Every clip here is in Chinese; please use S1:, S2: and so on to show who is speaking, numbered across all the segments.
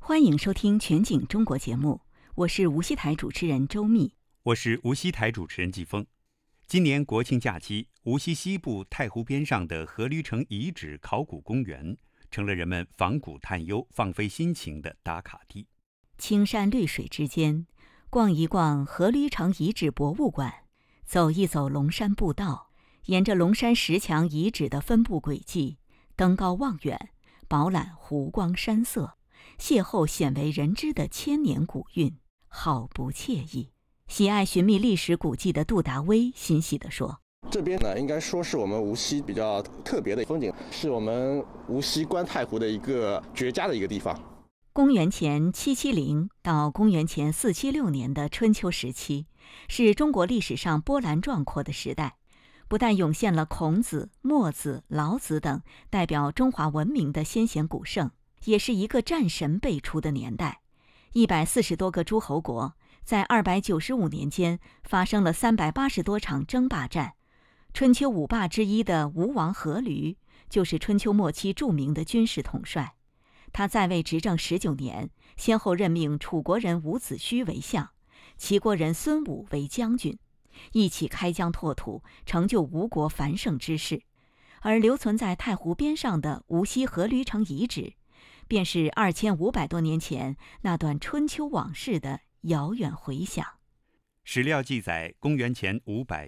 S1: 欢迎收听全景中国节目，我是无锡台主持人周密，
S2: 我是无锡台主持人季风。今年国庆假期，无锡西部太湖边上的阖闾城遗址考古公园成了人们访古探幽、放飞心情的打卡地。
S1: 青山绿水之间，逛一逛阖闾城遗址博物馆，走一走龙山步道，沿着龙山石墙遗址的分布轨迹，登高望远，饱览湖光山色，邂逅鲜为人知的千年古韵，好不惬意。喜爱寻觅历史古迹的杜达威欣喜地说：
S3: 这边呢，应该说是我们无锡比较特别的风景，是我们无锡观太湖的一个绝佳的一个地方。
S1: 公元前770到公元前476年的春秋时期，是中国历史上波澜壮阔的时代，不但涌现了孔子、墨子、老子等代表中华文明的先贤古圣，也是一个战神辈出的年代。140多个诸侯国在295年间发生了380多场争霸战。春秋五霸之一的吴王阖闾，就是春秋末期著名的军事统帅。他在位执政19年，先后任命楚国人伍子胥为相，齐国人孙武为将军，一起开疆拓土，成就吴国繁盛之势。而留存在太湖边上的无锡阖闾城遗址，便是2500多年前那段春秋往事的遥远回响。
S2: 史料记载，公元前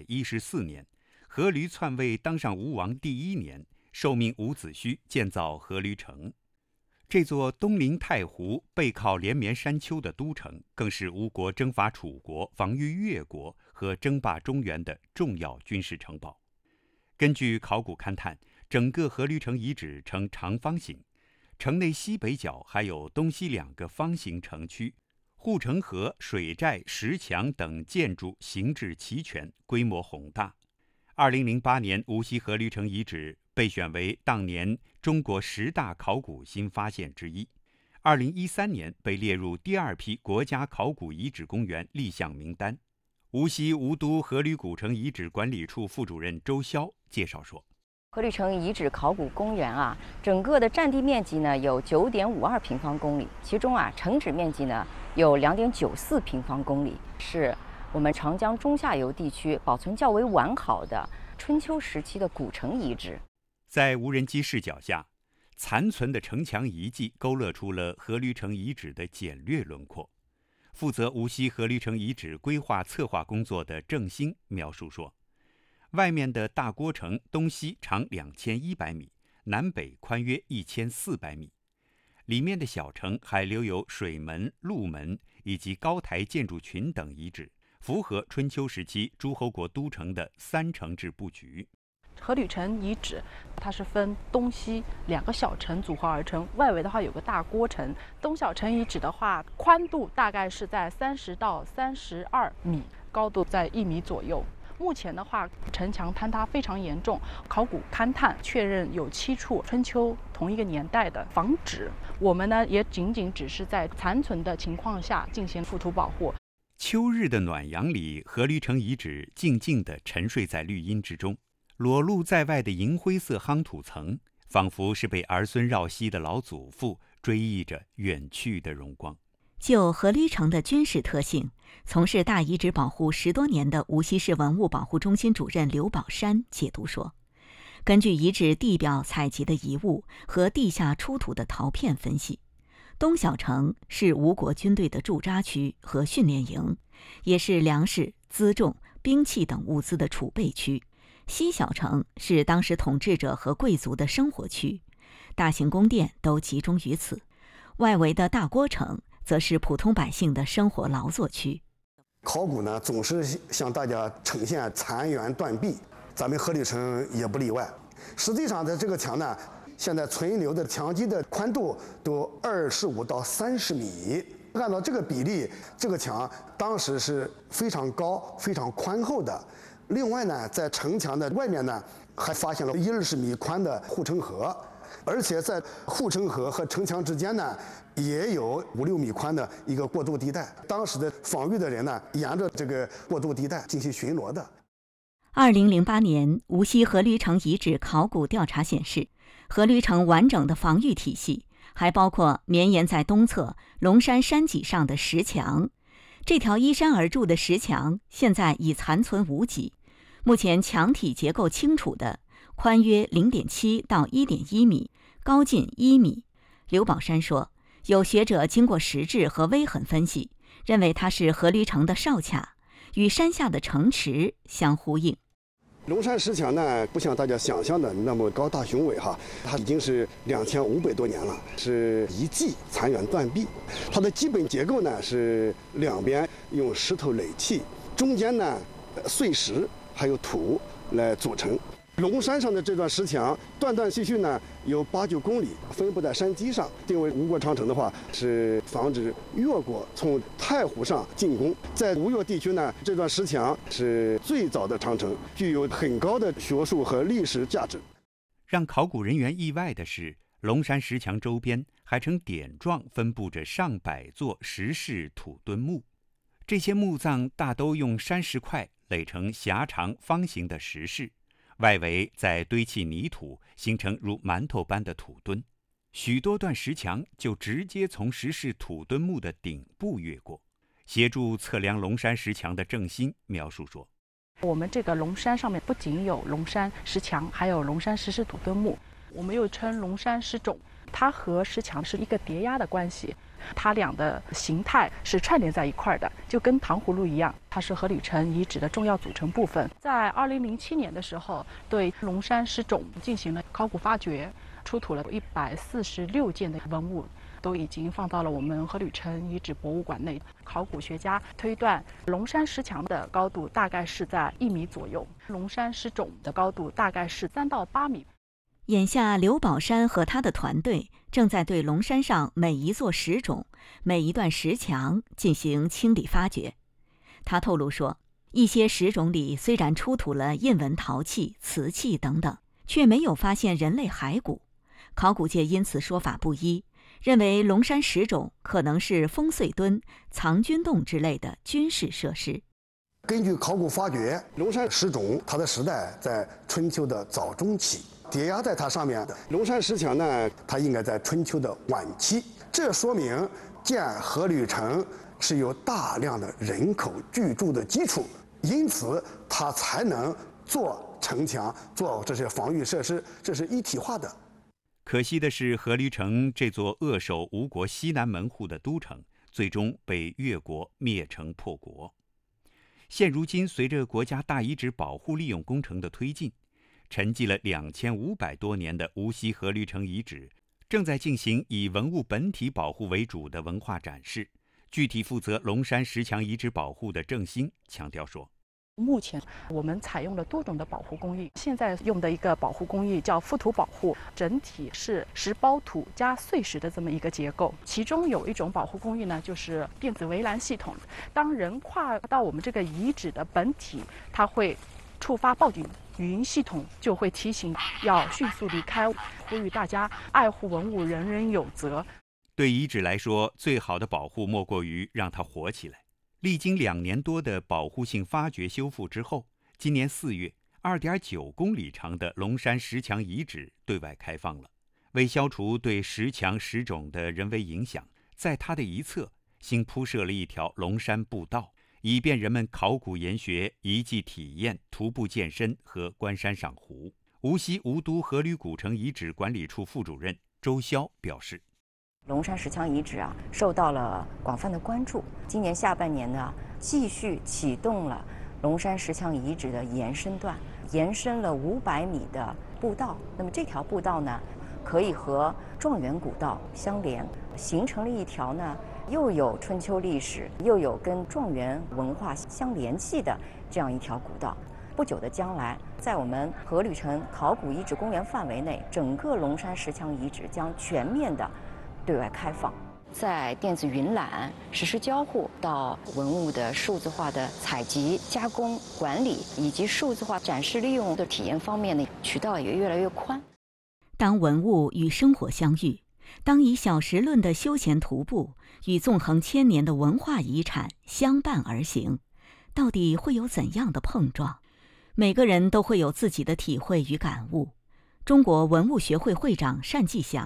S2: 514年，阖闾篡位当上吴王第1年，受命伍子胥建造阖闾城。这座东临太湖、背靠连绵山丘的都城，更是吴国征伐楚国、防御越国和争霸中原的重要军事城堡。根据考古勘探，整个阖闾城遗址呈长方形，城内西北角还有东西2个方形城区，护城河、水寨、石墙等建筑形制齐全，规模宏大。2008年，无锡阖闾城遗址被选为当年中国10大考古新发现之一。2013年被列入第2批国家考古遗址公园立项名单。无锡吴都阖闾古城遗址管理处副主任周潇介绍说：
S4: 阖闾城遗址考古公园整个的占地面积呢有9.52平方公里，其中城址面积呢有2.94平方公里，是我们长江中下游地区保存较为完好的春秋时期的古城遗址。
S2: 在无人机视角下，残存的城墙遗迹勾勒出了阖闾城遗址的简略轮廓。负责无锡阖闾城遗址规划策划工作的郑兴描述说，外面的大郭城东西长2100米，南北宽约1400米，里面的小城还留有水门、路门以及高台建筑群等遗址，符合春秋时期诸侯国都城的3城制布局。
S5: 阖闾城遗址它是分东西2个小城组合而成，外围的话有个大郭城。东小城遗址的话，宽度大概是在30到32米，高度在1米左右。目前的话，城墙坍塌非常严重，考古勘探确认有7处春秋同一个年代的房址。我们呢也仅只是在残存的情况下进行覆土保护。
S2: 秋日的暖阳里，阖闾城遗址静静地沉睡在绿荫之中，裸露在外的银灰色夯土层，仿佛是被儿孙绕膝的老祖父追忆着远去的荣光。
S1: 就阖闾城的军事特性，从事大遗址保护10多年的无锡市文物保护中心主任刘宝山解读说，根据遗址地表采集的遗物和地下出土的陶片分析，东小城是吴国军队的驻扎区和训练营，也是粮食、辎重、兵器等物资的储备区；西小城是当时统治者和贵族的生活区，大型宫殿都集中于此；外围的大郭城则是普通百姓的生活劳作区。
S6: 考古呢总是向大家呈现残垣断壁，咱们阖闾城也不例外。实际上，在这个墙呢，现在存留的墙基的宽度都25到30米。按照这个比例，这个墙当时是非常高、非常宽厚的。另外呢，在城墙的外面呢，还发现了10米宽的护城河，而且在护城河和城墙之间呢，也有5-6米宽的一个过渡地带。当时的防御的人呢，沿着这个过渡地带进行巡逻的。
S1: 2008年，无锡阖闾城遗址考古调查显示，阖闾城完整的防御体系还包括绵延在东侧龙山山脊上的石墙。这条依山而筑的石墙现在已残存无几，目前墙体结构清楚的，宽约0.7到1.1米，高近1米。刘宝山说，有学者经过实质和微痕分析，认为它是阖闾城的哨卡，与山下的城池相呼应。
S6: 龙山石墙呢，不像大家想象的那么高大雄伟哈，它已经是2500多年了，是遗迹残垣断壁。它的基本结构呢是两边用石头垒砌，中间呢碎石还有土来组成。龙山上的这段石墙断断续续呢有8、9公里，分布在山基上。定为吴国长城的话，是防止越国从太湖上进攻。在吴越地区呢，这段石墙是最早的长城，具有很高的学术和历史价值。
S2: 让考古人员意外的是，龙山石墙周边还呈点状分布着上百座石室土墩墓，这些墓葬大都用山石块垒成狭长方形的石室，外围再堆砌泥土，形成如馒头般的土墩。许多段石墙就直接从石室土墩墓的顶部越过。协助测量龙山石墙的郑鑫描述说，
S5: 我们这个龙山上面不仅有龙山石墙，还有龙山石室土墩墓，我们又称龙山石冢，它和石墙是一个叠压的关系，它俩的形态是串联在一块的，就跟糖葫芦一样，它是阖闾城遗址的重要组成部分。在2007年的时候，对龙山石冢进行了考古发掘，出土了146件的文物，都已经放到了我们阖闾城遗址博物馆内。考古学家推断，龙山石墙的高度大概是在1米左右，龙山石冢的高度大概是3到8米。
S1: 眼下，刘宝山和他的团队正在对龙山上每一座石冢、每一段石墙进行清理发掘。他透露说，一些石冢里虽然出土了印纹陶器、瓷器等等，却没有发现人类骸骨。考古界因此说法不一，认为龙山石冢可能是烽燧墩、藏军洞之类的军事设施。
S6: 根据考古发掘，龙山石冢它的时代在春秋的早中期，叠压在它上面的龙山石墙呢，它应该在春秋的晚期。这说明建阖闾城是有大量的人口居住的基础，因此它才能做城墙、做这些防御设施，这是一体化的。
S2: 可惜的是，阖闾城这座扼守吴国西南门户的都城，最终被越国灭城破国。现如今，随着国家大遗址保护利用工程的推进，沉寂了2500多年的无锡阖闾城遗址，正在进行以文物本体保护为主的文化展示。具体负责龙山石墙遗址保护的郑鑫强调说，
S5: 目前我们采用了多种的保护工艺，现在用的一个保护工艺叫覆土保护，整体是石包土加碎石的这么一个结构。其中有一种保护工艺呢，就是电子围栏系统。当人跨到我们这个遗址的本体，它会触发报警语音系统，就会提醒要迅速离开，呼吁大家爱护文物，人人有责。
S2: 对遗址来说，最好的保护莫过于让它活起来。历经2年多的保护性发掘修复之后，今年4月，2.9公里长的龙山石墙遗址对外开放了。为消除对石墙石冢的人为影响，在它的一侧新铺设了一条龙山步道，以便人们考古研学、遗迹体验、徒步健身和观山赏湖。无锡吴都阖闾古城遗址管理处副主任周潇表示，
S4: 龙山石墙遗址受到了广泛的关注。今年下半年呢，继续启动了龙山石墙遗址的延伸段，延伸了500米的步道。那么这条步道呢，可以和状元古道相连，形成了一条呢又有春秋历史，又有跟状元文化相联系的这样一条古道。不久的将来，在我们阖闾城考古遗址公园范围内，整个龙山石墙遗址将全面的对外开放。在电子云览、实时交互到文物的数字化的采集、加工、管理，以及数字化展示利用的体验方面呢，渠道也越来越宽。
S1: 当文物与生活相遇，当以小时论的休闲徒步与纵横千年的文化遗产相伴而行，到底会有怎样的碰撞？每个人都会有自己的体会与感悟。中国文物学会会长单霁翔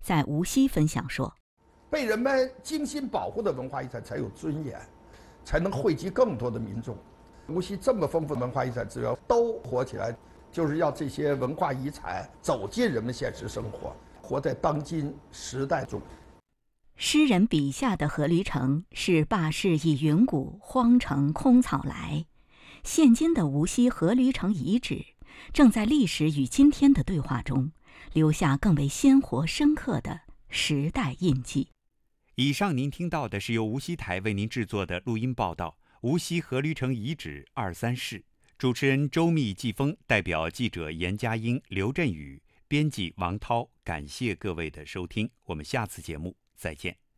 S1: 在无锡分享说：“
S7: 被人们精心保护的文化遗产才有尊严，才能惠及更多的民众。无锡这么丰富的文化遗产资源都活起来，就是要这些文化遗产走进人们现实生活，活在当今时代中。”
S1: 诗人笔下的阖闾城是罢市以云谷，荒城空草来。现今的无锡阖闾城遗址正在历史与今天的对话中留下更为鲜活深刻的时代印记。
S2: 以上您听到的是由无锡台为您制作的录音报道，无锡阖闾城遗址2、3事，主持人周密、季风，代表记者严佳英、刘振宇，编辑王涛，感谢各位的收听，我们下次节目再见。